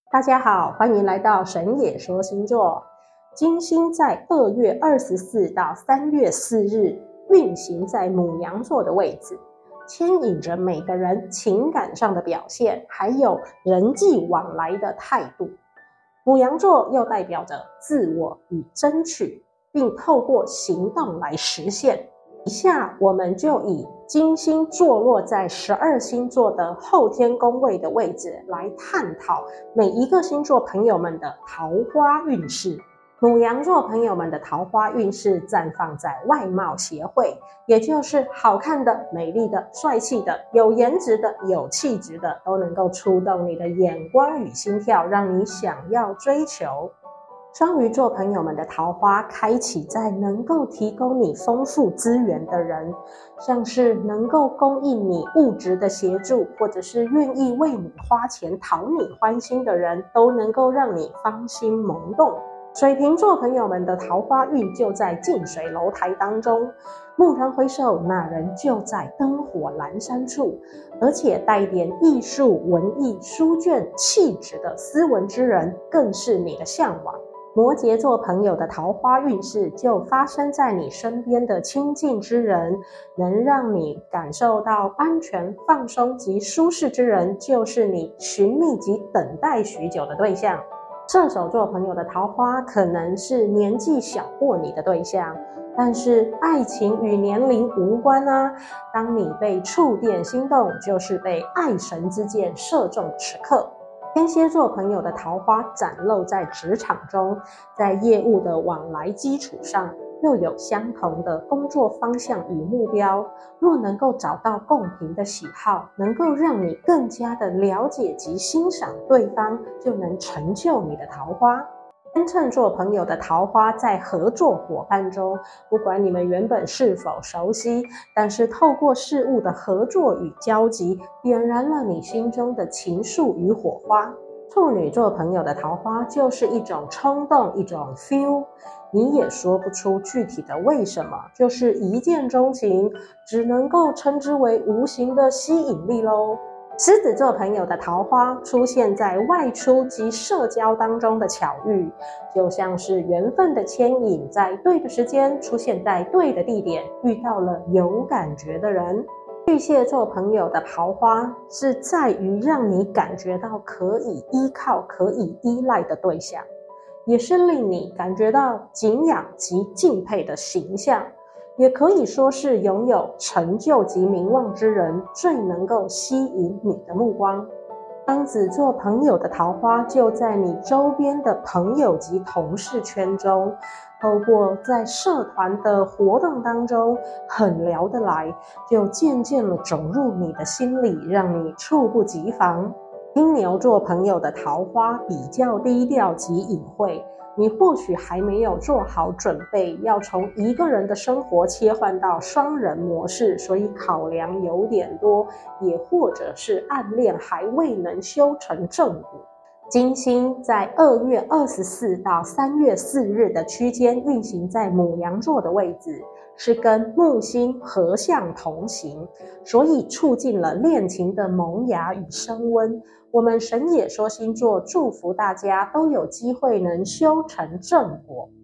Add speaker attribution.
Speaker 1: 大家好，欢迎来到神野说星座。金星在2月24到3月4日运行在牡羊座的位置，牵引着每个人情感上的表现，还有人际往来的态度。牡羊座又代表着自我与争取，并透过行动来实现。以下我们就以金星坐落在12星座的后天宫位的位置来探讨每一个星座朋友们的桃花运势。牡羊座朋友们的桃花运势绽放在外貌协会，也就是好看的、美丽的、帅气的、有颜值的、有气质的，都能够触动你的眼光与心跳，让你想要追求。双鱼座朋友们的桃花开启在能够提供你丰富资源的人，像是能够供应你物质的协助，或者是愿意为你花钱讨你欢心的人，都能够让你芳心萌动。水瓶座朋友们的桃花运就在近水楼台当中，蓦然回首，那人就在灯火阑珊处，而且带点艺术、文艺、书卷气质的斯文之人，更是你的向往。摩羯座朋友的桃花运势就发生在你身边的亲近之人，能让你感受到安全、放松及舒适之人，就是你寻觅及等待许久的对象。射手座朋友的桃花可能是年纪小过你的对象，但是爱情与年龄无关啊。当你被触电心动，就是被爱神之箭射中的时刻。天蝎座朋友的桃花展露在职场中，在业务的往来基础上，又有相同的工作方向与目标。若能够找到共同的喜好，能够让你更加的了解及欣赏对方，就能成就你的桃花。天秤座朋友的桃花在合作伙伴中，不管你们原本是否熟悉，但是透过事物的合作与交集，点燃了你心中的情愫与火花。处女座朋友的桃花就是一种冲动，一种 feel， 你也说不出具体的为什么，就是一见钟情，只能够称之为无形的吸引力咯。狮子座朋友的桃花出现在外出及社交当中的巧遇，就像是缘分的牵引，在对的时间出现在对的地点，遇到了有感觉的人。巨蟹座朋友的桃花是在于让你感觉到可以依靠、可以依赖的对象，也是令你感觉到敬仰及敬佩的形象。也可以说是拥有成就及名望之人最能够吸引你的目光。双子座朋友的桃花就在你周边的朋友及同事圈中，透过在社团的活动当中很聊得来，就渐渐地走入你的心里，让你猝不及防。金牛座朋友的桃花比较低调及隐晦，你或许还没有做好准备，要从一个人的生活切换到双人模式，所以考量有点多，也或者是暗恋还未能修成正果。金星在2月24到3月4日的区间运行在牡羊座的位置，是跟木星合相同行，所以促进了恋情的萌芽与升温。我们神野说星座祝福大家都有机会能修成正果。